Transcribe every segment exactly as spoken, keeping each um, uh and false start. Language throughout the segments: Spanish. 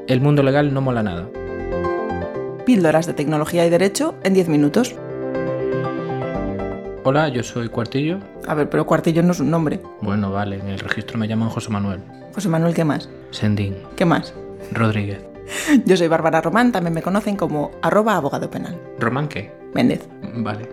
El mundo legal no mola nada. Píldoras de tecnología y derecho en diez minutos. Hola, yo soy Cuartillo. A ver, pero Cuartillo no es un nombre. Bueno, vale, en el registro me llaman José Manuel. José Manuel, ¿qué más? Sendín. ¿Qué más? Rodríguez. Yo soy Bárbara Román, también me conocen como arroba abogado penal. ¿Román qué? Méndez. Vale.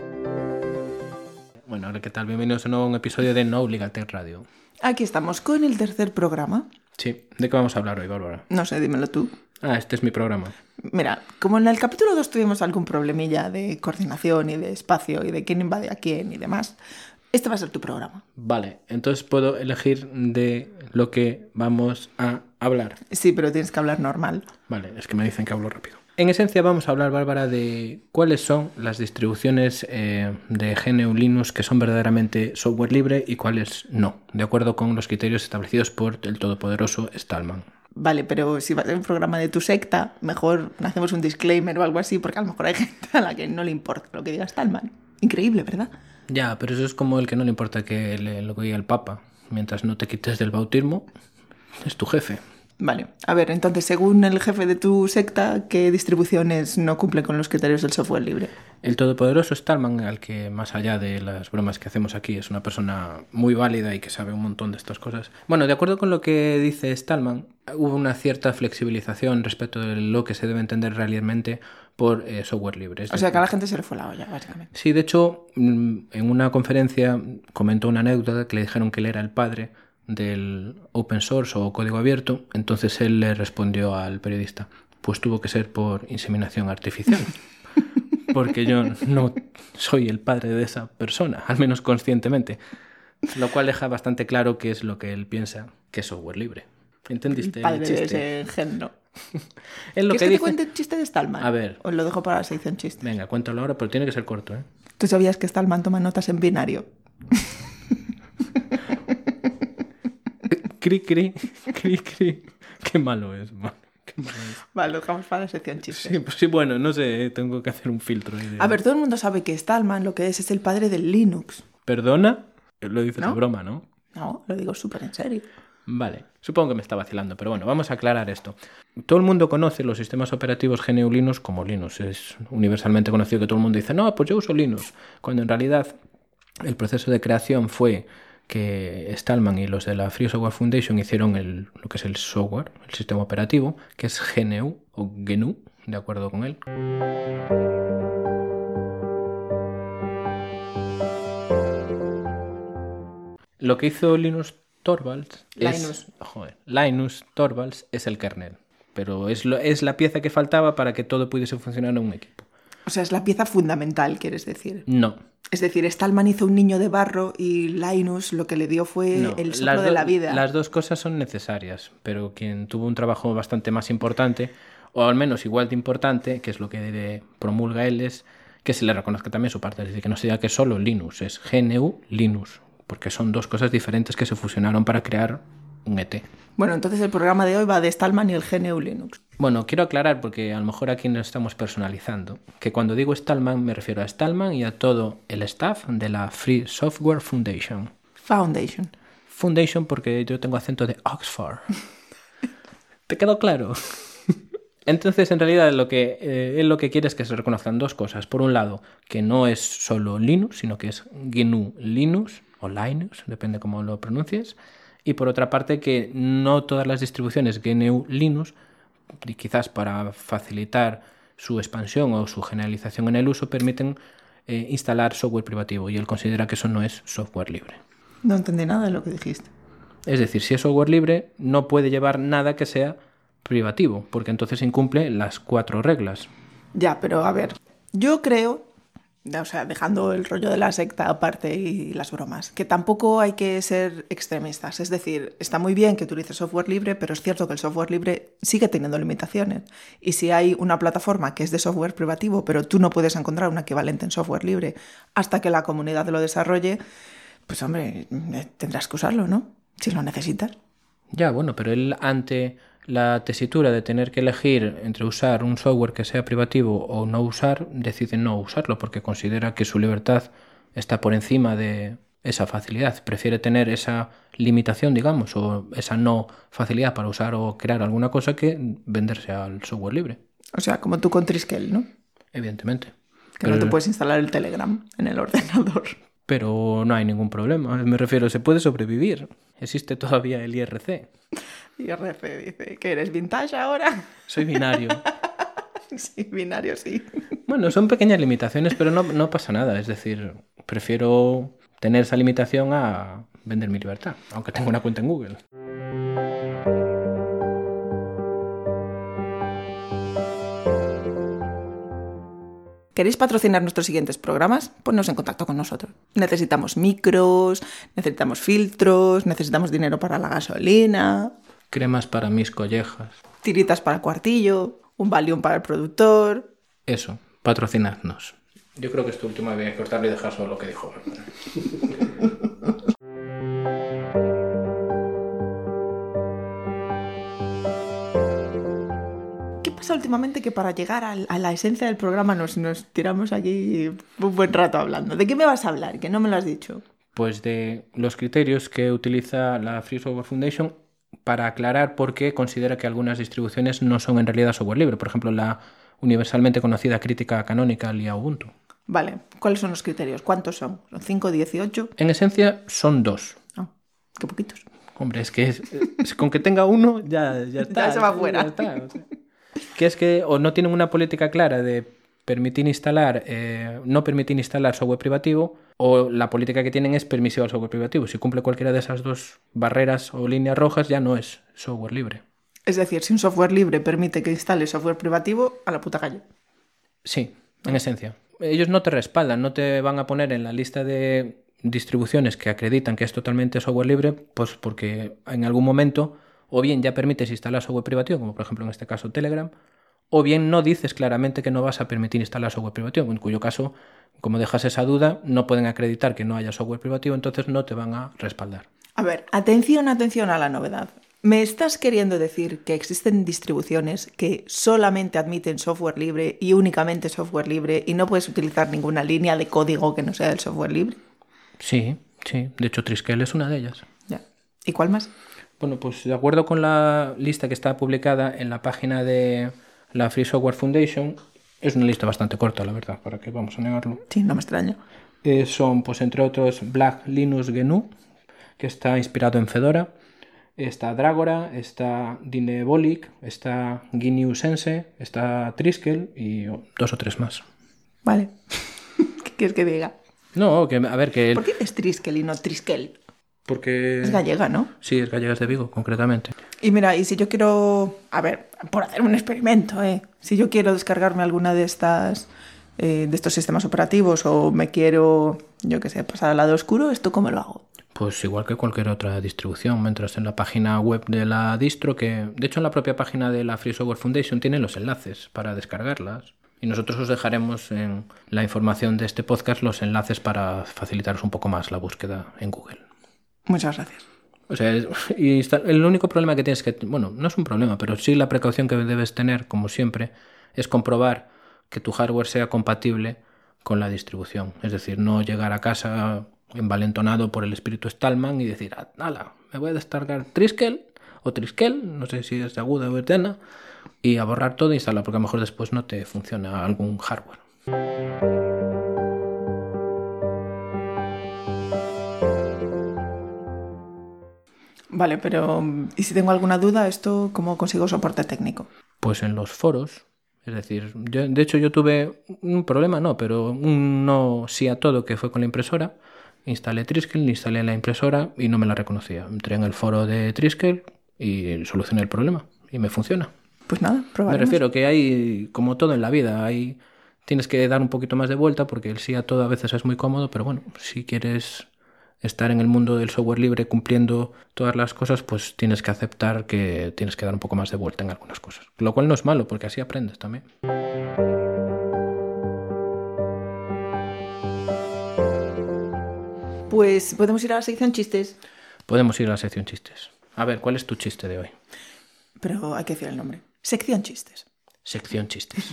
Bueno, hola, ¿qué tal? Bienvenidos a un nuevo episodio de No Legal Tech Radio. Aquí estamos con el tercer programa. Sí, ¿de qué vamos a hablar hoy, Bárbara? No sé, dímelo tú. Ah, este es mi programa. Mira, como en el capítulo dos tuvimos algún problemilla de coordinación y de espacio y de quién invade a quién y demás, este va a ser tu programa. Vale, entonces puedo elegir de lo que vamos a hablar. Sí, pero tienes que hablar normal. Vale, es que me dicen que hablo rápido. En esencia vamos a hablar, Bárbara, de cuáles son las distribuciones eh, de G N U Linux que son verdaderamente software libre y cuáles no, de acuerdo con los criterios establecidos por el todopoderoso Stallman. Vale, pero si va a ser un programa de tu secta, mejor hacemos un disclaimer o algo así, porque a lo mejor hay gente a la que no le importa lo que diga Stallman. Increíble, ¿verdad? Ya, pero eso es como el que no le importa que le, lo que diga el Papa. Mientras no te quites del bautismo, es tu jefe. Vale, a ver, entonces, según el jefe de tu secta, ¿qué distribuciones no cumplen con los criterios del software libre? El todopoderoso Stallman, al que más allá de las bromas que hacemos aquí, es una persona muy válida y que sabe un montón de estas cosas. Bueno, de acuerdo con lo que dice Stallman, hubo una cierta flexibilización respecto de lo que se debe entender realmente por eh, software libre. Es o decir, sea, que a la gente se le fue la olla, básicamente. Sí, de hecho, en una conferencia comentó una anécdota que le dijeron que él era el padre del open source o código abierto. Entonces él le respondió al periodista: pues tuvo que ser por inseminación artificial. Porque yo no soy el padre de esa persona, al menos conscientemente. Lo cual deja bastante claro qué es lo que él piensa que es software libre. ¿Entendiste el padre el chiste? De ese género. Es lo ¿Quieres que, que dice... te cuente el chiste de Stallman? A ver. Os lo dejo para la sección chiste. Venga, cuéntalo ahora, pero tiene que ser corto, ¿eh? ¿Tú sabías que Stallman toma notas en binario? Cri, cri, cri, cri. Qué malo es, man. Qué malo es. Vale, lo dejamos para la sección chiste. Sí, pues sí, bueno, no sé, tengo que hacer un filtro ahí de... A ver, todo el mundo sabe que Stallman lo que es es el padre del Linux. ¿Perdona? Lo dices ¿No? de broma, ¿no? No, lo digo súper en serio. Vale, supongo que me está vacilando, pero bueno, vamos a aclarar esto. Todo el mundo conoce los sistemas operativos G N U Linux como Linux. Es universalmente conocido que todo el mundo dice, no, pues yo uso Linux. Cuando en realidad el proceso de creación fue que Stallman y los de la Free Software Foundation hicieron el, lo que es el software, el sistema operativo, que es G N U o G N U, de acuerdo con él. Lo que hizo Linus Torvalds Linus. es... Joder, Linus Torvalds es el kernel, pero es, lo, es la pieza que faltaba para que todo pudiese funcionar en un equipo. O sea, es la pieza fundamental, ¿quieres decir? No. Es decir, Stallman hizo un niño de barro y Linus lo que le dio fue no. el soplo las de do- la vida. Las dos cosas son necesarias, pero quien tuvo un trabajo bastante más importante, o al menos igual de importante, que es lo que promulga él, es que se le reconozca también su parte. Es decir, que no sea que solo Linux, es G N U Linux, porque son dos cosas diferentes que se fusionaron para crear un E T. Bueno, entonces el programa de hoy va de Stallman y el G N U Linux. Bueno, quiero aclarar, porque a lo mejor aquí nos estamos personalizando, que cuando digo Stallman me refiero a Stallman y a todo el staff de la Free Software Foundation. Foundation. Foundation porque yo tengo acento de Oxford. ¿Te quedó claro? Entonces, en realidad, lo que eh, él lo que quiere es que se reconozcan dos cosas. Por un lado, que no es solo Linux, sino que es G N U Linux o Linux, depende cómo lo pronuncies. Y por otra parte, que no todas las distribuciones G N U Linux, y quizás para facilitar su expansión o su generalización en el uso, permiten eh, instalar software privativo. Y él considera que eso no es software libre. No entendí nada de lo que dijiste. Es decir, si es software libre, no puede llevar nada que sea privativo, porque entonces incumple las cuatro reglas. Ya, pero a ver, yo creo, o sea, dejando el rollo de la secta aparte y las bromas, que tampoco hay que ser extremistas. Es decir, está muy bien que utilices software libre, pero es cierto que el software libre sigue teniendo limitaciones. Y si hay una plataforma que es de software privativo, pero tú no puedes encontrar un equivalente en software libre hasta que la comunidad lo desarrolle, pues hombre, tendrás que usarlo, ¿no? Si lo necesitas. Ya, bueno, pero él ante la tesitura de tener que elegir entre usar un software que sea privativo o no usar, decide no usarlo porque considera que su libertad está por encima de esa facilidad, prefiere tener esa limitación, digamos, o esa no facilidad para usar o crear alguna cosa que venderse al software libre. O sea, como tú con Triskel, ¿no? Evidentemente. Que pero, no te puedes instalar el Telegram en el ordenador. Pero no hay ningún problema. Me refiero, se puede sobrevivir. Existe todavía el I R C. I R C dice, ¿que eres vintage ahora? Soy binario. Sí, binario sí. Bueno, son pequeñas limitaciones, pero no, no pasa nada. Es decir, prefiero tener esa limitación a vender mi libertad, aunque tenga una cuenta en Google. ¿Queréis patrocinar nuestros siguientes programas? Ponnos en contacto con nosotros. Necesitamos micros, necesitamos filtros, necesitamos dinero para la gasolina, Cremas para mis collejas. tiritas para el cuartillo, un Valium para el productor. Eso, patrocinadnos. Yo creo que esta última voy a cortarlo y dejar solo lo que dijo. ¿Qué pasa últimamente que para llegar al, a la esencia del programa nos, nos tiramos aquí un buen rato hablando? ¿De qué me vas a hablar? Que no me lo has dicho. Pues de los criterios que utiliza la Free Software Foundation para aclarar por qué considera que algunas distribuciones no son en realidad software libre. Por ejemplo, la universalmente conocida crítica canonical y a Ubuntu. Vale, ¿cuáles son los criterios? ¿Cuántos son? ¿Son cinco, dieciocho? En esencia son dos. Ah, qué poquitos. Hombre, es que es, es, con que tenga uno ya, ya está. Ya se va fuera. Ya está, o sea. Que es que o no tienen una política clara de permitir instalar, eh, no permitir instalar software privativo, o la política que tienen es permisiva al software privativo. Si cumple cualquiera de esas dos barreras o líneas rojas, ya no es software libre. Es decir, si un software libre permite que instale software privativo, a la puta calle. Sí, en esencia. Ellos no te respaldan, no te van a poner en la lista de distribuciones que acreditan que es totalmente software libre, pues porque en algún momento o bien ya permites instalar software privativo, como por ejemplo en este caso Telegram, o bien no dices claramente que no vas a permitir instalar software privativo, en cuyo caso, como dejas esa duda, no pueden acreditar que no haya software privativo, entonces no te van a respaldar. A ver, atención, atención a la novedad. ¿Me estás queriendo decir que existen distribuciones que solamente admiten software libre y únicamente software libre y no puedes utilizar ninguna línea de código que no sea del software libre? Sí, sí. De hecho, Triskel es una de ellas. Ya. ¿Y cuál más? Bueno, pues de acuerdo con la lista que está publicada en la página de la Free Software Foundation, es una lista bastante corta, la verdad, para que vamos a negarlo. Sí, no me extraña. Eh, son, pues entre otros, Black Linux G N U, que está inspirado en Fedora, está Dragora, está Dynebolic, está G N U Sense, está Triskel y dos o tres más. Vale. ¿Qué quieres que diga? No, que a ver que... ¿Por qué dices Triskel y no Triskel? Porque... Es gallega, ¿no? Sí, es gallega, es de Vigo, concretamente. Y mira, y si yo quiero... A ver, por hacer un experimento, ¿eh? Si yo quiero descargarme alguna de estas... Eh, de estos sistemas operativos o me quiero, yo qué sé, pasar al lado oscuro, ¿esto cómo lo hago? Pues igual que cualquier otra distribución, entras en la página web de la distro, que de hecho en la propia página de la Free Software Foundation tienen los enlaces para descargarlas. Y nosotros os dejaremos en la información de este podcast los enlaces para facilitaros un poco más la búsqueda en Google. Muchas gracias. O sea, y está, el único problema que tienes que... Bueno, no es un problema, pero sí la precaución que debes tener, como siempre, es comprobar que tu hardware sea compatible con la distribución. Es decir, no llegar a casa envalentonado por el espíritu Stallman y decir, ¡hala! Me voy a descargar Triskel o Triskel, no sé si es de aguda o eterna, y a borrar todo e instalar, porque a lo mejor después no te funciona algún hardware. Vale, pero ¿y si tengo alguna duda, esto cómo consigo soporte técnico? Pues en los foros. Es decir, yo, de hecho yo tuve un problema, no, pero un no sí a todo que fue con la impresora. Instalé Triskel, instalé la impresora y no me la reconocía. Entré en el foro de Triskel y solucioné el problema y me funciona. Pues nada, probaremos. Me refiero que hay, como todo en la vida, hay, tienes que dar un poquito más de vuelta porque el sí a todo a veces es muy cómodo, pero bueno, si quieres estar en el mundo del software libre cumpliendo todas las cosas, pues tienes que aceptar que tienes que dar un poco más de vuelta en algunas cosas. Lo cual no es malo, porque así aprendes también. Pues podemos ir a la sección chistes. Podemos ir a la sección chistes. A ver, ¿cuál es tu chiste de hoy? Pero hay que decir el nombre. Sección chistes. Sección chistes.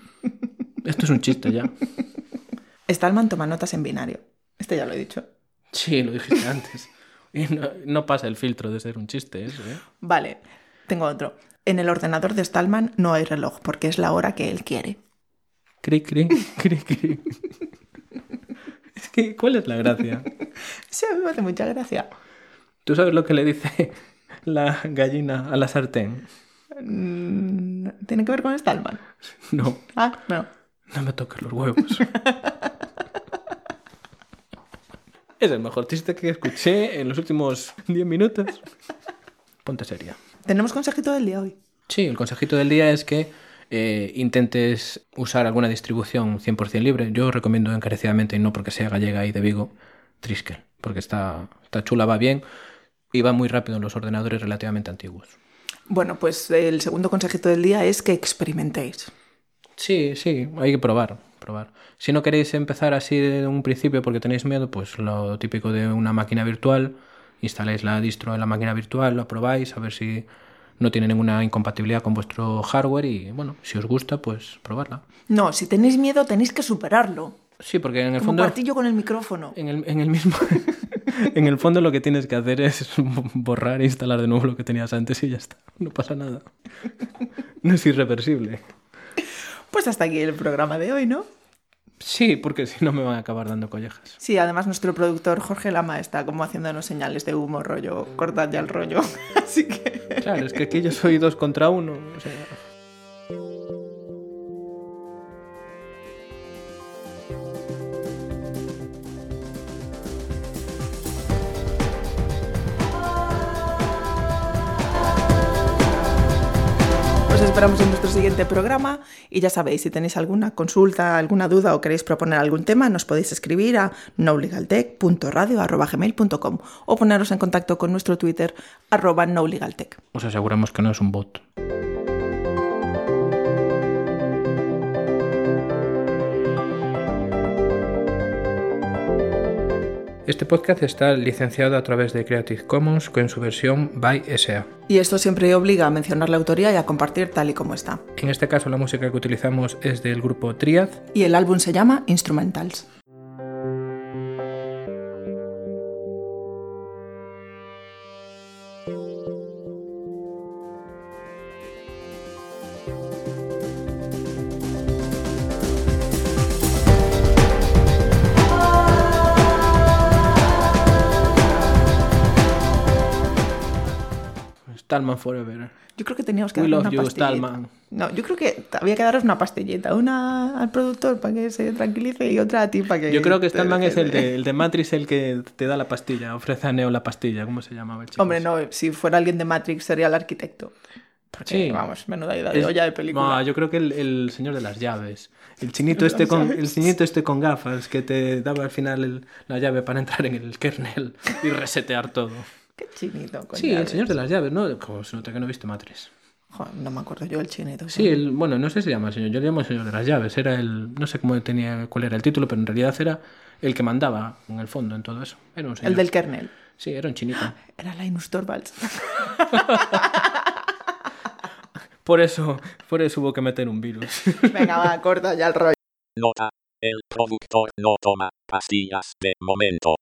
Esto es un chiste ya. Stallman toma notas en binario. Este ya lo he dicho. Sí, lo dijiste antes. Y no, no pasa el filtro de ser un chiste eso, ¿eh? Vale, tengo otro. En el ordenador de Stallman no hay reloj porque es la hora que él quiere. Cri, cri, cri, cri. Es que, ¿cuál es la gracia? Sí, a mí me hace mucha gracia. ¿Tú sabes lo que le dice la gallina a la sartén? Mm, ¿Tiene que ver con Stallman? No. Ah, no. No me toques los huevos. Es el mejor chiste que escuché en los últimos diez minutos. Ponte seria. ¿Tenemos consejito del día hoy? Sí, el consejito del día es que eh, intentes usar alguna distribución cien por ciento libre. Yo recomiendo encarecidamente, y no porque sea gallega y de Vigo, Triskel, porque está, está chula, va bien y va muy rápido en los ordenadores relativamente antiguos. Bueno, pues el segundo consejito del día es que experimentéis. Sí, sí, hay que probar, probar. Si no queréis empezar así de un principio porque tenéis miedo, pues lo típico de una máquina virtual, instaláis la distro en la máquina virtual, lo probáis, a ver si no tiene ninguna incompatibilidad con vuestro hardware y, bueno, si os gusta, pues probarla. No, si tenéis miedo tenéis que superarlo. Sí, porque en el Como fondo... cuartillo con el micrófono. En el, en el mismo... en el fondo lo que tienes que hacer es borrar e instalar de nuevo lo que tenías antes y ya está. No pasa nada. No es irreversible. Pues hasta aquí el programa de hoy, ¿no? Sí, porque si no me van a acabar dando collejas. Sí, además nuestro productor Jorge Lama está como haciéndonos señales de humo, rollo, cortad ya el rollo. Así que... Claro, es que aquí yo soy dos contra uno. O sea... Os esperamos en nuestro siguiente programa y ya sabéis, si tenéis alguna consulta, alguna duda o queréis proponer algún tema, nos podéis escribir a nolegaltech punto radio arroba gmail punto com o poneros en contacto con nuestro Twitter arroba nolegaltech. Os aseguramos que no es un bot. Este podcast está licenciado a través de Creative Commons con su versión by S A. Y esto siempre obliga a mencionar la autoría y a compartir tal y como está. En este caso la música que utilizamos es del grupo Triad. Y el álbum se llama Instrumentals. Stallman Forever. Yo creo que teníamos que We darle love una you, pastillita. Stallman. No, yo creo que había que daros una pastillita. Una al productor para que se tranquilice y otra a ti para que... Yo creo que te Stallman dejes es el de, el de Matrix el que te da la pastilla, ofrece a Neo la pastilla. ¿Cómo se llamaba el chico? Hombre, no, si fuera alguien de Matrix sería el arquitecto. Porque, Sí. vamos, menuda idea de Es- olla de película. No, yo creo que el, el señor de las llaves. El chinito este con el chinito este con gafas que te daba al final el- la llave para entrar en el kernel y resetear todo. Qué chinito. Con Sí, el llaves. señor de las llaves, ¿no? Como se nota que no viste Matrix. Joder, no me acuerdo yo el chinito. Sí, el, bueno, no sé si se llama el señor, yo le llamo el señor de las llaves, era el, no sé cómo tenía, cuál era el título, pero en realidad era el que mandaba en el fondo en todo eso. Era un señor. El del kernel. Sí, era un chinito. Era Linus Torvalds. Por eso, por eso hubo que meter un virus. Venga, va, corta ya el rollo. Nota. El productor no toma pastillas de momento.